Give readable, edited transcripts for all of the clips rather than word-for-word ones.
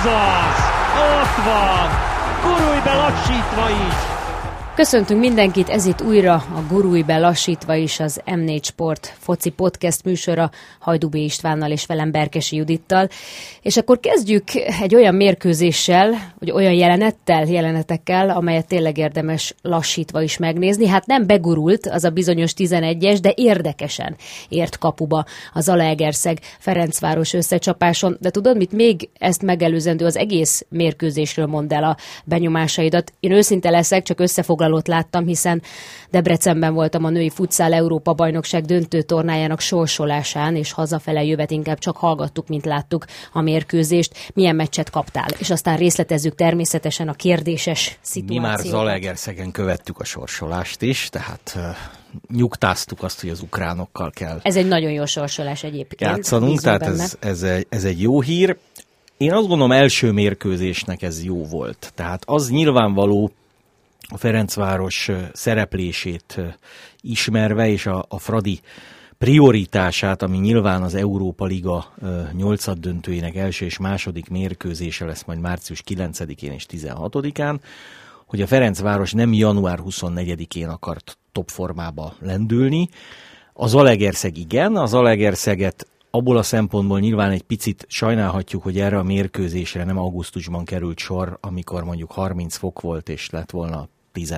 az! Ott van! Gurulj be lassítva is! Köszöntünk mindenkit, ez itt újra a Gurulj be lassítva is, az M4 Sport foci podcast műsora Hajdú B. Istvánnal és velem Berkesi Judittal. És akkor kezdjük egy olyan mérkőzéssel, vagy olyan jelenetekkel, amelyet tényleg érdemes lassítva is megnézni. Hát nem begurult az a bizonyos 11-es, de érdekesen ért kapuba a Zalaegerszeg Ferencváros összecsapáson. De tudod mit, még ezt megelőzendő az egész mérkőzésről mondd el a benyomásaidat. Én őszinte leszek, csak összefoglalót láttam, hiszen Debrecenben voltam a női futszál Európa bajnokság döntő tornájának sorsolásán, és hazafele jövet inkább csak hallgattuk, mint láttuk a mérkőzést. Milyen meccset kaptál? És aztán részletezzük természetesen a kérdéses szituációt. Mi már Zalaegerszegen követtük a sorsolást is, tehát nyugtáztuk azt, hogy az ukránokkal kell. Ez egy nagyon jó sorsolás egyébként. Játszanunk, tehát ez egy jó hír. Én azt gondolom, első mérkőzésnek ez jó volt. Tehát az nyilvánvaló, a Ferencváros szereplését ismerve, és a Fradi prioritását, ami nyilván az Európa Liga nyolcaddöntőjének első és második mérkőzése lesz majd március 9-én és 16-án, hogy a Ferencváros nem január 24-én akart topformába lendülni. A Zalaegerszeg igen, a Zalaegerszeget abból a szempontból nyilván egy picit sajnálhatjuk, hogy erre a mérkőzésre nem augusztusban került sor, amikor mondjuk 30 fok volt, és lett volna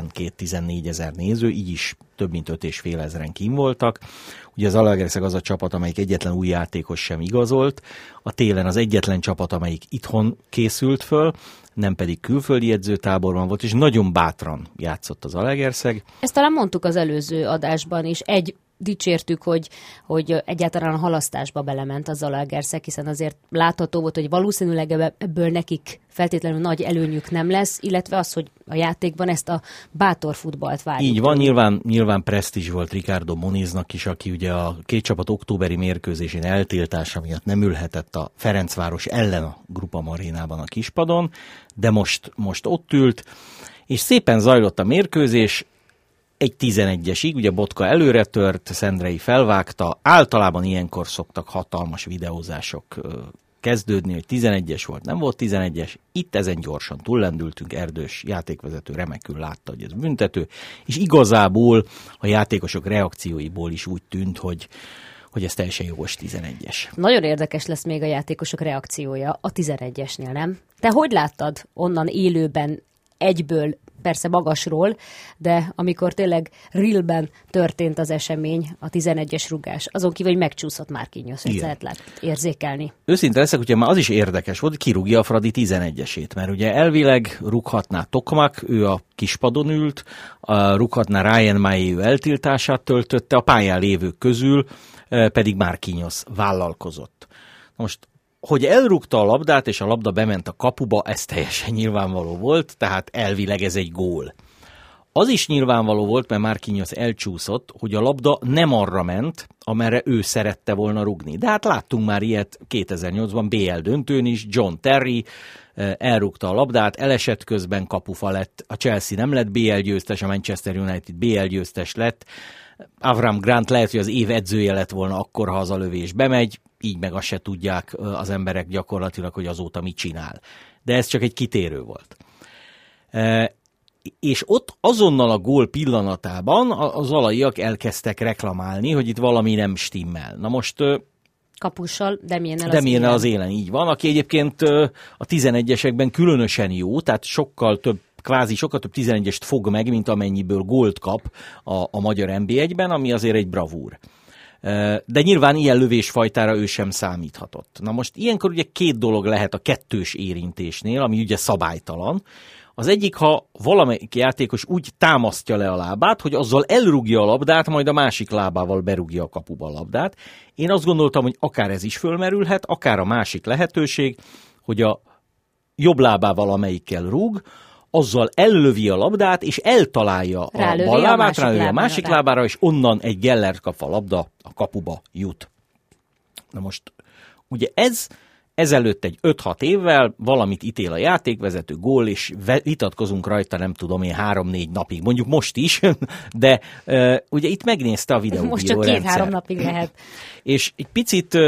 12-14 ezer néző, így is több mint 5,5 ezeren kín voltak. Ugye az Zalaegerszeg az a csapat, amelyik egyetlen új játékos sem igazolt, a télen az egyetlen csapat, amelyik itthon készült föl, nem pedig külföldi edzőtáborban volt, és nagyon bátran játszott az Zalaegerszeg. Ezt talán mondtuk az előző adásban is, dicsértük, hogy egyáltalán a halasztásba belement a Zalaegerszeg, hiszen azért látható volt, hogy valószínűleg ebből nekik feltétlenül nagy előnyük nem lesz, illetve az, hogy a játékban ezt a bátor futballt várjuk. Így van, nyilván presztízs volt Ricardo Moniznak is, aki ugye a két csapat októberi mérkőzésén eltiltása miatt nem ülhetett a Ferencváros ellen a Grupama arénában a kispadon, de most ott ült, és szépen zajlott a mérkőzés. Egy 11-esig, ugye Botka előre tört, Szendrei felvágta, általában ilyenkor szoktak hatalmas videózások kezdődni, hogy 11-es volt, nem volt 11-es, itt ezen gyorsan túllendültünk, Erdős játékvezető remekül látta, hogy ez büntető, és igazából a játékosok reakcióiból is úgy tűnt, hogy ez teljesen jogos 11-es. Nagyon érdekes lesz még a játékosok reakciója a 11-esnél, nem? Te hogy láttad onnan élőben egyből, persze magasról, de amikor tényleg realben történt az esemény, a 11-es rugás, azon kívül, hogy megcsúszott Marquinhos, ezt lehet érzékelni. Őszinte leszek, ugye már az is érdekes volt, kirúgja a Fradi 11-esét, mert ugye elvileg rúghatná Tokmak, ő a kispadon ült, rúghatná Ryan Maé, ő eltiltását töltötte, a pályán lévők közül pedig Marquinhos vállalkozott. Most hogy elrúgta a labdát, és a labda bement a kapuba, ez teljesen nyilvánvaló volt, tehát elvileg ez egy gól. Az is nyilvánvaló volt, mert Marquinhos elcsúszott, hogy a labda nem arra ment, amerre ő szerette volna rúgni. De hát láttunk már ilyet 2008-ban BL döntőn is, John Terry elrúgta a labdát, elesett közben, kapufa lett, a Chelsea nem lett BL győztes, a Manchester United BL győztes lett, Avram Grant lehet, hogy az év edzője lett volna akkor, ha az a lövés bemegy, így meg azt se tudják az emberek gyakorlatilag, hogy azóta mit csinál. De ez csak egy kitérő volt. És ott azonnal a gól pillanatában a zalaiak elkezdtek reklamálni, hogy itt valami nem stimmel. Na most Kapussal, Demiennel az élen, így van, aki egyébként a 11-esekben különösen jó, tehát sokkal több 11-est fog meg, mint amennyiből gólt kap a magyar NB1-ben, ami azért egy bravúr. De nyilván ilyen lövésfajtára ő sem számíthatott. Na most ilyenkor ugye két dolog lehet a kettős érintésnél, ami ugye szabálytalan. Az egyik, ha valamelyik játékos úgy támasztja le a lábát, hogy azzal elrúgja a labdát, majd a másik lábával berúgja a kapuba a labdát. Én azt gondoltam, hogy akár ez is fölmerülhet, akár a másik lehetőség, hogy a jobb lábával amelyikkel rúg, azzal ellövi a labdát, és eltalálja a bal lábát, rálövi a másik lábára, és onnan egy gellert kap a labda, a kapuba jut. Na most, ugye ezelőtt egy 5-6 évvel valamit ítél a játékvezető, gól, és vitatkozunk rajta, nem tudom én, 3-4 napig, mondjuk most is, de ugye itt megnézte a videóbíró rendszer. Most csak 2-3 napig lehet. És egy picit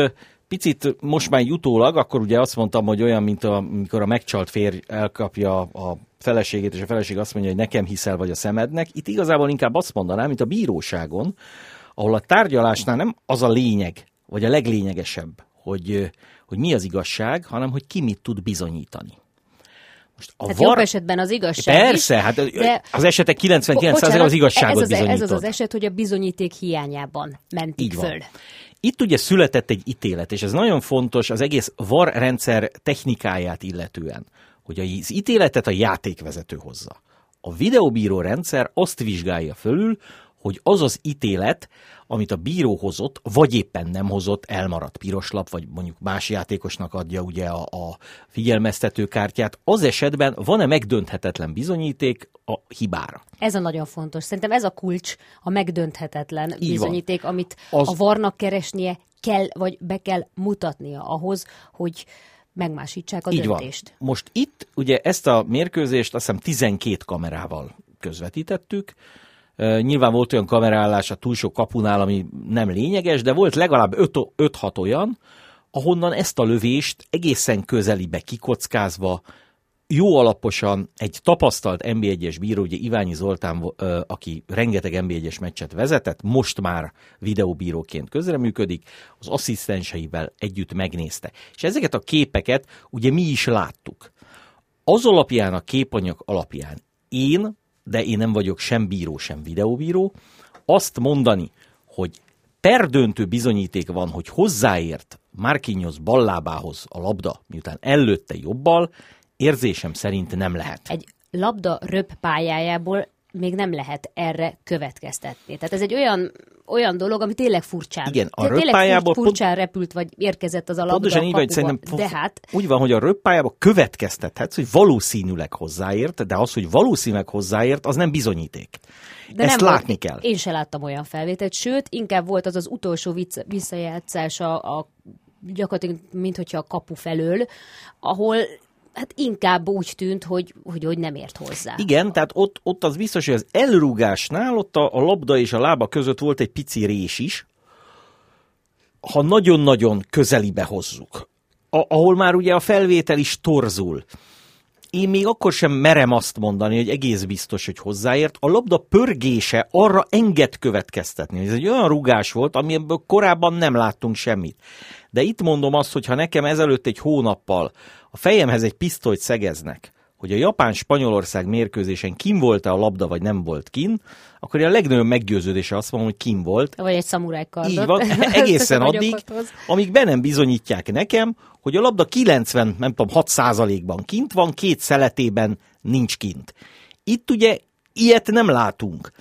picit most már utólag, akkor ugye azt mondtam, hogy olyan, mint amikor a megcsalt férj elkapja a feleségét, és a feleség azt mondja, hogy nekem hiszel vagy a szemednek. Itt igazából inkább azt mondanám, mint a bíróságon, ahol a tárgyalásnál nem az a lényeg, vagy a leglényegesebb, hogy mi az igazság, hanem hogy ki mit tud bizonyítani. Most hát jobb esetben az igazság persze, is, hát az esetek 99% az igazságot bizonyított. Ez az eset, hogy a bizonyíték hiányában mentik föl. Itt ugye született egy ítélet, és ez nagyon fontos az egész VAR rendszer technikáját illetően, hogy az ítéletet a játékvezető hozza. A videóbíró rendszer azt vizsgálja fölül, hogy az az ítélet, amit a bíró hozott, vagy éppen nem hozott, elmaradt piros lap, vagy mondjuk más játékosnak adja ugye a figyelmeztető kártyát, az esetben van-e megdönthetetlen bizonyíték a hibára? Ez a nagyon fontos. Szerintem ez a kulcs, a megdönthetetlen bizonyíték, amit a VAR-nak keresnie kell, vagy be kell mutatnia ahhoz, hogy megmásítsák a döntést. Van. Most itt ugye ezt a mérkőzést azt hiszem 12 kamerával közvetítettük. Nyilván volt olyan kameraállás a túlsó kapunál, ami nem lényeges, de volt legalább 5-6 olyan, ahonnan ezt a lövést egészen közelibe kikockázva, jó alaposan egy tapasztalt NB1-es bíró, ugye Iványi Zoltán, aki rengeteg NB1-es meccset vezetett, most már videóbíróként közreműködik, az asszisztenseivel együtt megnézte. És ezeket a képeket ugye mi is láttuk. Az alapján, a képanyag alapján de én nem vagyok sem bíró, sem videóbíró, azt mondani, hogy perdöntő bizonyíték van, hogy hozzáért Marquinhos ballábához a labda, miután ellőtte jobbal, érzésem szerint nem lehet. Egy labda röp pályájából még nem lehet erre következtetni. Tehát ez egy olyan dolog, ami tényleg furcsán. Igen, a röppályából furcsán repült, vagy érkezett az a labda a kapuba. De hát... Úgy van, hogy a röppályából következtethetsz, hogy valószínűleg hozzáért, de az, hogy valószínűleg hozzáért, az nem bizonyíték. De ezt látni kell. Én se láttam olyan felvételt, sőt, inkább volt az utolsó visszajátszás gyakorlatilag, minthogyha a kapu felől, ahol hát inkább úgy tűnt, hogy nem ért hozzá. Igen, tehát ott az biztos, hogy az elrúgásnál ott a labda és a lába között volt egy pici rés is, ha nagyon-nagyon közelibe hozzuk, ahol már ugye a felvétel is torzul. Én még akkor sem merem azt mondani, hogy egész biztos, hogy hozzáért. A labda pörgése arra enged következtetni. Ez egy olyan rúgás volt, amiből korábban nem láttunk semmit. De itt mondom azt, hogy ha nekem ezelőtt egy hónappal a fejemhez egy pisztolyt szegeznek, hogy a Japán-Spanyolország mérkőzésen kin volt-e a labda, vagy nem volt kin, akkor a legnagyobb meggyőződése azt mondom, hogy kin volt. Vagy egy szamuráj kardot. Így van, egészen addig, amíg be nem bizonyítják nekem, hogy a labda 96%-ban kint van, 2 szeletében nincs kint. Itt ugye ilyet nem látunk.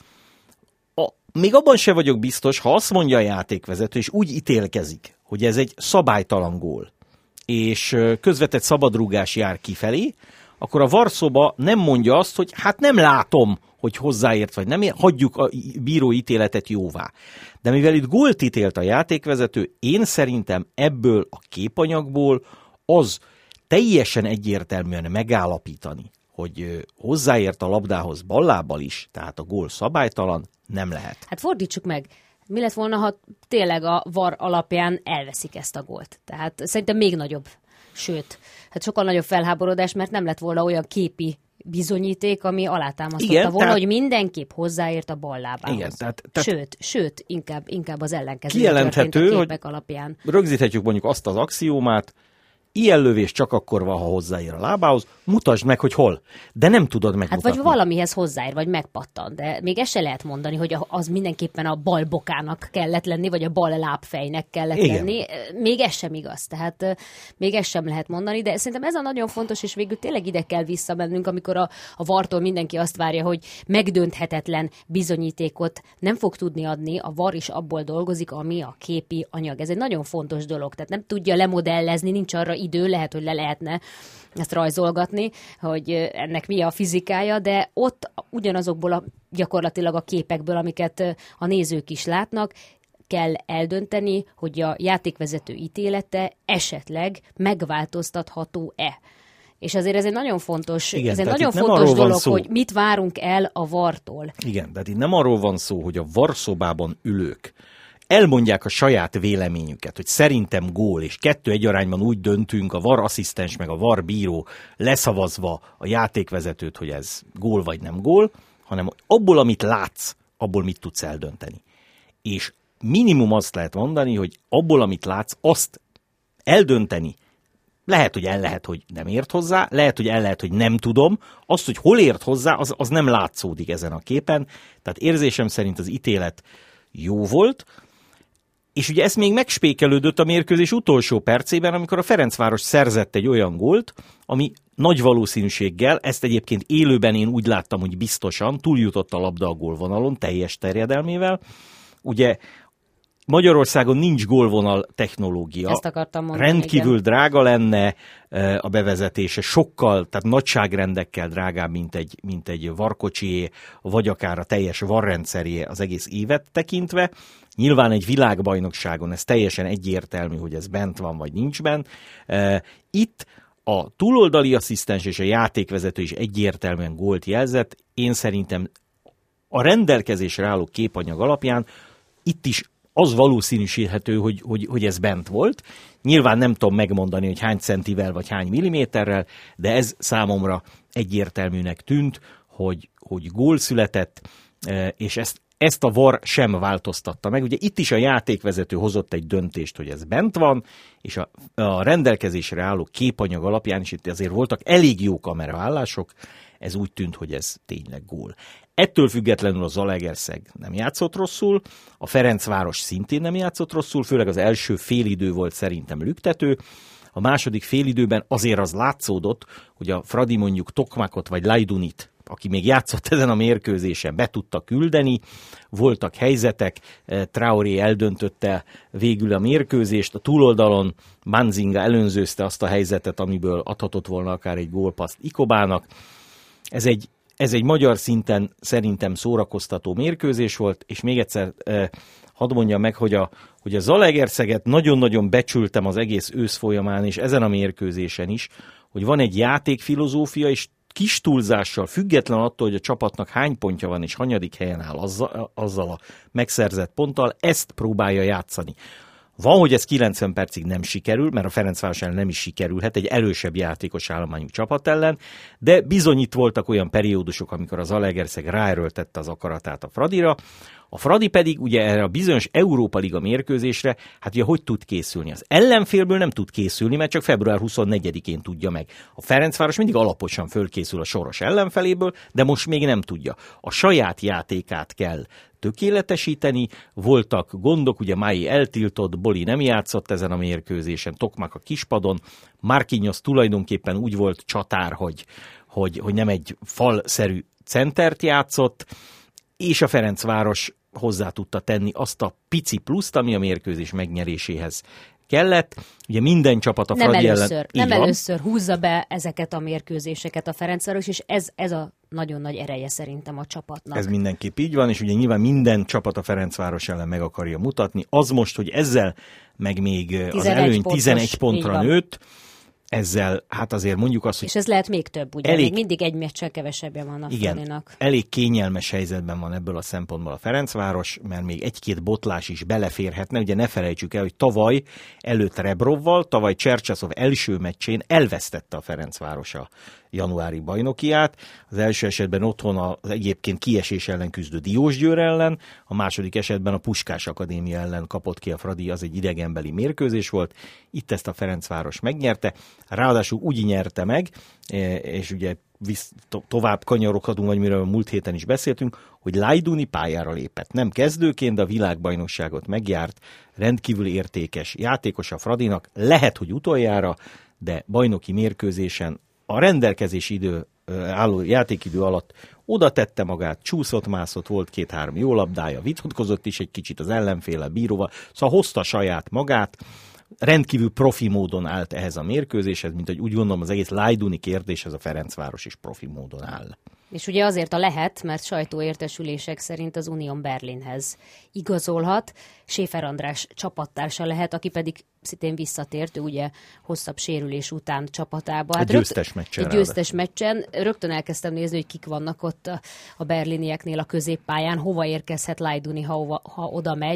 Még abban se vagyok biztos, ha azt mondja a játékvezető, és úgy ítélkezik, hogy ez egy szabálytalan gól, és közvetett szabadrúgás jár kifelé, akkor a VAR-szoba nem mondja azt, hogy hát nem látom, hogy hozzáért vagy nem, hagyjuk a bíró ítéletet jóvá. De mivel itt gólt ítélt a játékvezető, én szerintem ebből a képanyagból az teljesen egyértelműen megállapítani, hogy hozzáért a labdához ballábbal is, tehát a gól szabálytalan, nem lehet. Hát fordítsuk meg. Mi lett volna, ha tényleg a VAR alapján elveszik ezt a gólt? Tehát szerintem még nagyobb, sőt, hát sokkal nagyobb felháborodás, mert nem lett volna olyan képi bizonyíték, ami alátámasztotta volna, hogy mindenképp hozzáért a ballábához. Igen, sőt, inkább az ellenkező történt a képek alapján. Rögzíthetjük mondjuk azt az axiómát, ilyen lövés csak akkor van, ha hozzáér a lábához, mutasd meg, hogy hol. De nem tudod megmutatni. Hát vagy valamihez hozzáér, vagy megpattan, de még ezt se lehet mondani, hogy az mindenképpen a bal bokának kellett lenni, vagy a bal lábfejnek kellett lenni. Még ez sem igaz, tehát még ezt sem lehet mondani, de szerintem ez a nagyon fontos, és végül tényleg ide kell visszamennünk, amikor a VAR-tól mindenki azt várja, hogy megdönthetetlen bizonyítékot nem fog tudni adni, a VAR is abból dolgozik, ami a képi anyag. Ez egy nagyon fontos dolog, tehát nem tudja lemodellezni, nincs arra idő, lehet, hogy le lehetne ezt rajzolgatni, hogy ennek mi a fizikája, de ott ugyanazokból gyakorlatilag a képekből, amiket a nézők is látnak, kell eldönteni, hogy a játékvezető ítélete esetleg megváltoztatható-e. És azért ez egy nagyon fontos, dolog, hogy mit várunk el a VAR-tól. Igen, tehát itt nem arról van szó, hogy a VAR szobában ülők elmondják a saját véleményüket, hogy szerintem gól, és 2-1 arányban úgy döntünk, a VAR asszisztens meg a VAR bíró leszavazva a játékvezetőt, hogy ez gól vagy nem gól, hanem abból, amit látsz, abból mit tudsz eldönteni. És minimum azt lehet mondani, hogy abból, amit látsz, azt eldönteni, lehet, hogy nem ért hozzá, lehet, hogy nem tudom, azt, hogy hol ért hozzá, az nem látszódik ezen a képen, tehát érzésem szerint az ítélet jó volt, és ugye ez még megspékelődött a mérkőzés utolsó percében, amikor a Ferencváros szerzett egy olyan gólt, ami nagy valószínűséggel, ezt egyébként élőben én úgy láttam, hogy biztosan túljutott a labda a gólvonalon, teljes terjedelmével. Ugye Magyarországon nincs gólvonal technológia. Ezt akartam mondani, rendkívül igen. drága lenne a bevezetése, sokkal, tehát nagyságrendekkel drágább, mint egy varkocsié, vagy akár a teljes varrendszeré az egész évet tekintve. Nyilván egy világbajnokságon ez teljesen egyértelmű, hogy ez bent van, vagy nincs bent. Itt a túloldali asszisztens és a játékvezető is egyértelműen gólt jelzett. Én szerintem a rendelkezésre álló képanyag alapján itt is az valószínűsíthető, hogy ez bent volt. Nyilván nem tudom megmondani, hogy hány centivel vagy hány milliméterrel, de ez számomra egyértelműnek tűnt, hogy gól született, és ezt a VAR sem változtatta meg. Ugye itt is a játékvezető hozott egy döntést, hogy ez bent van, és a rendelkezésre álló képanyag alapján is itt azért voltak elég jó kameraállások, ez úgy tűnt, hogy ez tényleg gól. Ettől függetlenül a Zalaegerszeg nem játszott rosszul, a Ferencváros szintén nem játszott rosszul, főleg az első félidő volt szerintem lüktető. A második félidőben azért az látszódott, hogy a Fradi mondjuk Tokmakot vagy Lajdunit, aki még játszott ezen a mérkőzésen, be tudta küldeni, voltak helyzetek, Traoré eldöntötte végül a mérkőzést, a túloldalon Manzinga előnzőzte azt a helyzetet, amiből adhatott volna akár egy gólpaszt Ikobának. Ez egy magyar szinten szerintem szórakoztató mérkőzés volt, és még egyszer hadd mondjam meg, hogy a Zalaegerszeget nagyon-nagyon becsültem az egész ősz folyamán, és ezen a mérkőzésen is, hogy van egy játékfilozófia, és kis túlzással, független attól, hogy a csapatnak hány pontja van, és hanyadik helyen áll azzal a megszerzett ponttal, ezt próbálja játszani. Van, hogy ez 90 percig nem sikerül, mert a Ferencváros ellen nem is sikerülhet, egy erősebb játékos állományú csapat ellen, de bizony itt voltak olyan periódusok, amikor az Zalaegerszeg ráerőltette az akaratát a Fradira, a Fradi pedig ugye erre a bizonyos Európa Liga mérkőzésre, hát ugye hogy tud készülni? Az ellenfélből nem tud készülni, mert csak február 24-én tudja meg. A Ferencváros mindig alaposan fölkészül a soros ellenfeléből, de most még nem tudja. A saját játékát kell tökéletesíteni, voltak gondok, ugye Mái eltiltott, Boli nem játszott ezen a mérkőzésen, Tokmak a kispadon, Marquinhos tulajdonképpen úgy volt csatár, hogy nem egy falszerű centert játszott, és a Ferencváros hozzá tudta tenni azt a pici pluszt, ami a mérkőzés megnyeréséhez kellett. Ugye minden csapat a Fradi ellen... Nem először húzza be ezeket a mérkőzéseket a Ferencváros, és ez a nagyon nagy ereje szerintem a csapatnak. Ez mindenképp így van, és ugye nyilván minden csapat a Ferencváros ellen meg akarja mutatni. Az most, hogy ezzel meg még az előny 11 pontra nőtt, ezzel hát azért mondjuk azt, hogy... És ez lehet még több, ugye? Még mindig egy meccsel kevesebbje van a Fradinak. Elég kényelmes helyzetben van ebből a szempontból a Ferencváros, mert még egy-két botlás is beleférhetne. Ugye ne felejtsük el, hogy tavaly előtt Rebrovval, tavaly Csercsaszov első meccsén elvesztette a Ferencváros a januári bajnokiát. Az első esetben otthon az egyébként kiesés ellen küzdő Diósgyőr ellen, a második esetben a Puskás Akadémia ellen kapott ki a Fradi, az egy idegenbeli mérkőzés volt. Itt ezt a Ferencváros megnyerte, ráadásul úgy nyerte meg, és ugye tovább kanyarokhatunk, vagy miről múlt héten is beszéltünk, hogy Lajduni pályára lépett. Nem kezdőként, de a világbajnokságot megjárt, rendkívül értékes játékos a Fradinak, lehet, hogy utoljára, de bajnoki mérkőzésen a rendelkezési álló játékidő alatt oda tette magát, csúszott-mászott, volt 2-3 jó labdája, vitatkozott is egy kicsit az ellenféllel, bíróval, szóval hozta saját magát, rendkívül profi módon állt ehhez a mérkőzéshez, mint hogy úgy gondolom az egész Lajduni kérdéshez a Ferencváros is profi módon áll. És ugye azért lehet, mert sajtóértesülések szerint az Union Berlinhez igazolhat. Schäfer András csapattársa lehet, aki pedig szintén visszatért, ő ugye hosszabb sérülés után csapatába. Hát győztes meccsen. Rögtön elkezdtem nézni, hogy kik vannak ott a berlinieknél a középpályán, hova érkezhet Lajduni, ha oda megy.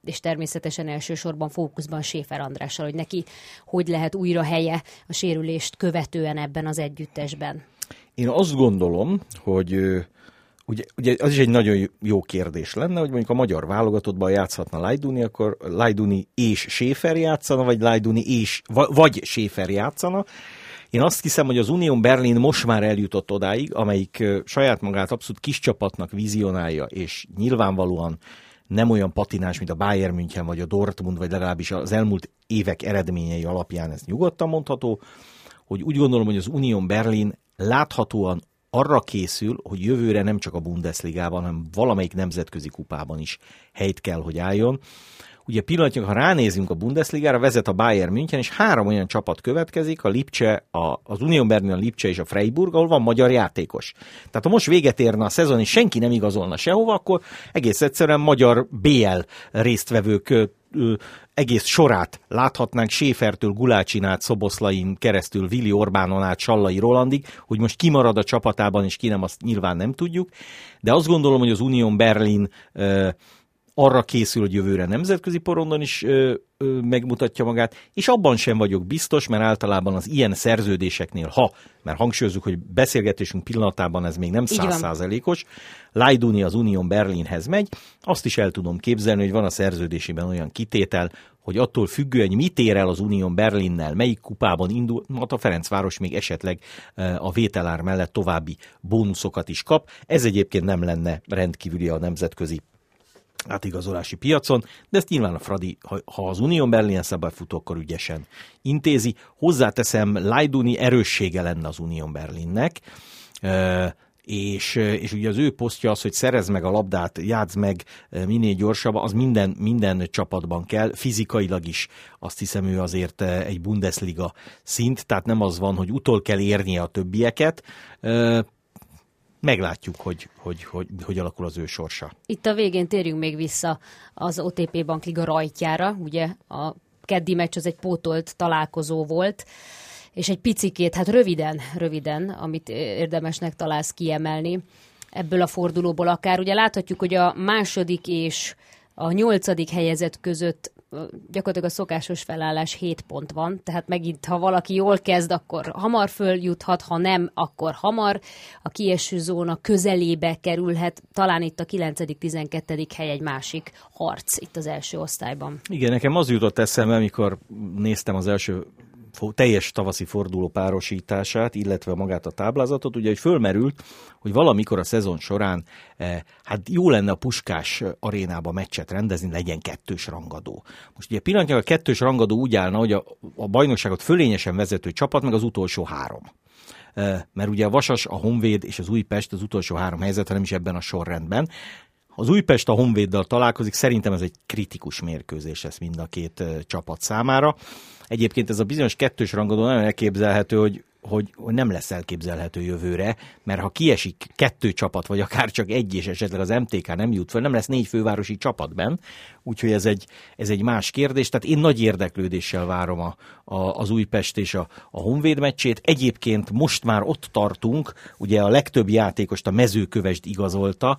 és természetesen elsősorban fókuszban Schäfer Andrással, hogy neki hogy lehet újra helye a sérülést követően ebben az együttesben. Én azt gondolom, hogy ugye az is egy nagyon jó kérdés lenne, hogy mondjuk a magyar válogatottban játszhatna Lajduni, akkor Lajduni és Schäfer játszana, vagy Lajduni és vagy Schäfer játszana. Én azt hiszem, hogy az Union Berlin most már eljutott odáig, amelyik saját magát abszolút kis csapatnak vizionálja, és nyilvánvalóan nem olyan patinás, mint a Bayern München, vagy a Dortmund, vagy legalábbis az elmúlt évek eredményei alapján ez nyugodtan mondható, hogy úgy gondolom, hogy az Union Berlin láthatóan arra készül, hogy jövőre nem csak a Bundesligában, hanem valamelyik nemzetközi kupában is helyt kell, hogy álljon. Ugye pillanatnyilag, ha ránézünk a Bundesligára, vezet a Bayern München, és 3 olyan csapat következik, a Lipcse, az Union Berlin, a Lipcse és a Freiburg, ahol van magyar játékos. Tehát ha most véget érne a szezon, és senki nem igazolna sehova, akkor egész egyszerűen magyar BL résztvevők egész sorát láthatnánk, Schäfertől Gulácsin át, Szoboszlain keresztül, Vili Orbánon át, Sallai Rolandig, hogy most ki marad a csapatában, és ki nem, azt nyilván nem tudjuk, de azt gondolom, hogy az Union Berlin arra készül, hogy jövőre nemzetközi porondon is megmutatja magát, és abban sem vagyok biztos, mert általában az ilyen szerződéseknél, mert hangsúlyozzuk, hogy beszélgetésünk pillanatában ez még nem 100%-os, Lajduni az Union Berlinhez megy, azt is el tudom képzelni, hogy van a szerződésében olyan kitétel, hogy attól függően, hogy mit ér el az Union Berlinnel, melyik kupában indul, a Ferencváros még esetleg a vételár mellett további bónuszokat is kap. Ez egyébként nem lenne rendkívüli a nemzetközi átigazolási piacon, de ezt nyilván a Fradi, ha az Union Berlin szabályfutó, akkor ügyesen intézi. Hozzáteszem, Lajduni erőssége lenne az Union Berlinnek, és ugye az ő posztja az, hogy szerezd meg a labdát, játszd meg minél gyorsabban, az minden csapatban kell, fizikailag is azt hiszem ő azért egy Bundesliga szint, tehát nem az van, hogy utol kell érnie a többieket. Meglátjuk, hogy alakul az ő sorsa. Itt a végén térjünk még vissza az OTP Bankliga rajtjára. Ugye a keddi meccs az egy pótolt találkozó volt, és egy picikét, hát röviden, amit érdemesnek találsz kiemelni ebből a fordulóból akár. Ugye láthatjuk, hogy a második és a 8. helyezett között gyakorlatilag a szokásos felállás 7 pont van, tehát megint, ha valaki jól kezd, akkor hamar följuthat, ha nem, akkor hamar a kieső zóna közelébe kerülhet, talán itt a 9.-12. hely egy másik harc itt az első osztályban. Igen, nekem az jutott eszembe, amikor néztem az első teljes tavaszi forduló párosítását, illetve magát a táblázatot, ugye, hogy fölmerült, hogy valamikor a szezon során hát jó lenne a Puskás arénába meccset rendezni, legyen 2-s rangadó. Most ugye pillanatnyilag a 2-s rangadó úgy állna, hogy a bajnokságot fölényesen vezető csapat, meg az utolsó 3. Mert ugye a Vasas, a Honvéd és az Újpest az utolsó 3 helyzet, hanem is ebben a sorrendben. Az Újpest a Honvéddal találkozik, szerintem ez egy kritikus mérkőzés lesz mind a 2 csapat számára. Egyébként ez a bizonyos 2-s rangadó nagyon elképzelhető, hogy nem lesz elképzelhető jövőre, mert ha kiesik 2 csapat, vagy akár csak 1, és esetleg az MTK nem jut föl, nem lesz 4 fővárosi csapatban, úgyhogy ez egy más kérdés. Tehát én nagy érdeklődéssel várom az Újpest és a Honvéd meccsét. Egyébként most már ott tartunk, ugye a legtöbb játékost a Mezőkövesd igazolta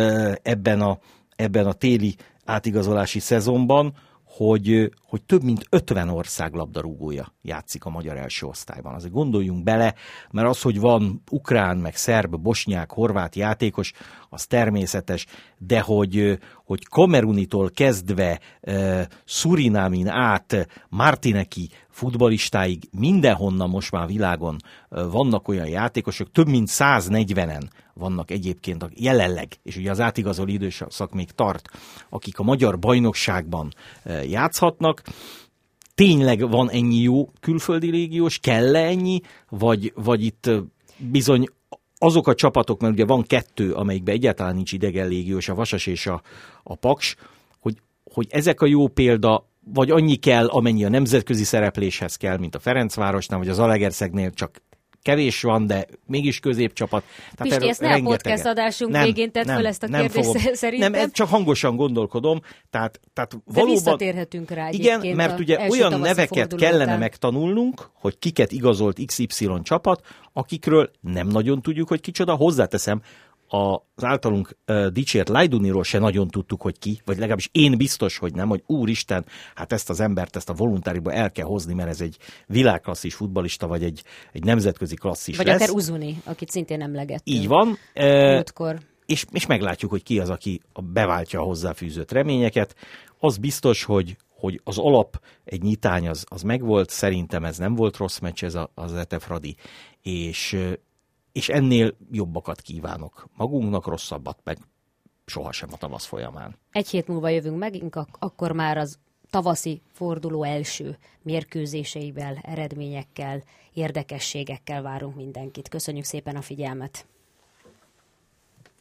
ebben a téli átigazolási szezonban, hogy több mint 50 ország labdarúgója játszik a magyar első osztályban. Azért gondoljunk bele, mert az, hogy van ukrán, meg szerb, bosnyák, horvát játékos, az természetes, de hogy Kamerunitól kezdve Szurinámin át Martineki futballistáig mindenhonnan most már világon vannak olyan játékosok, több mint 140-en vannak egyébként jelenleg, és ugye az átigazoló időszak még tart, akik a magyar bajnokságban játszhatnak. Tényleg van ennyi jó külföldi légiós? Kell-e ennyi? Vagy itt bizony azok a csapatok, mert ugye van 2, amelyikben egyáltalán nincs idegen légiós, a Vasas és a Paks, hogy ezek a jó példa, vagy annyi kell, amennyi a nemzetközi szerepléshez kell, mint a Ferencvárosnál, vagy az Zalaegerszegnél, csak kevés van, de mégis középcsapat. Pisti, ezt ne a podcast adásunk végén tedd föl ezt a kérdést szerintem. Nem, csak hangosan gondolkodom. Tehát valóban, de visszatérhetünk rá egyébként. Igen, mert ugye olyan neveket kellene megtanulnunk, hogy kiket igazolt XY csapat, akikről nem nagyon tudjuk, hogy kicsoda. Hozzáteszem, az általunk dicsért Lajduniról se nagyon tudtuk, hogy ki, vagy legalábbis én biztos, hogy nem, hogy úristen, hát ezt az embert, ezt a voluntáriba el kell hozni, mert ez egy világklasszis futballista, vagy egy nemzetközi klasszis vagy lesz. Vagy akár Uzuni, akit szintén emlegettünk. Így van. Múltkor. És meglátjuk, hogy ki az, aki beváltja a hozzáfűzött reményeket. Az biztos, hogy az alap, egy nyitány az megvolt, szerintem ez nem volt rossz meccs, ez az Etefradi, és ennél jobbakat kívánok magunknak, rosszabbat meg sohasem a tavasz folyamán. Egy hét múlva jövünk megint, akkor már az tavaszi forduló első mérkőzéseivel, eredményekkel, érdekességekkel várunk mindenkit. Köszönjük szépen a figyelmet!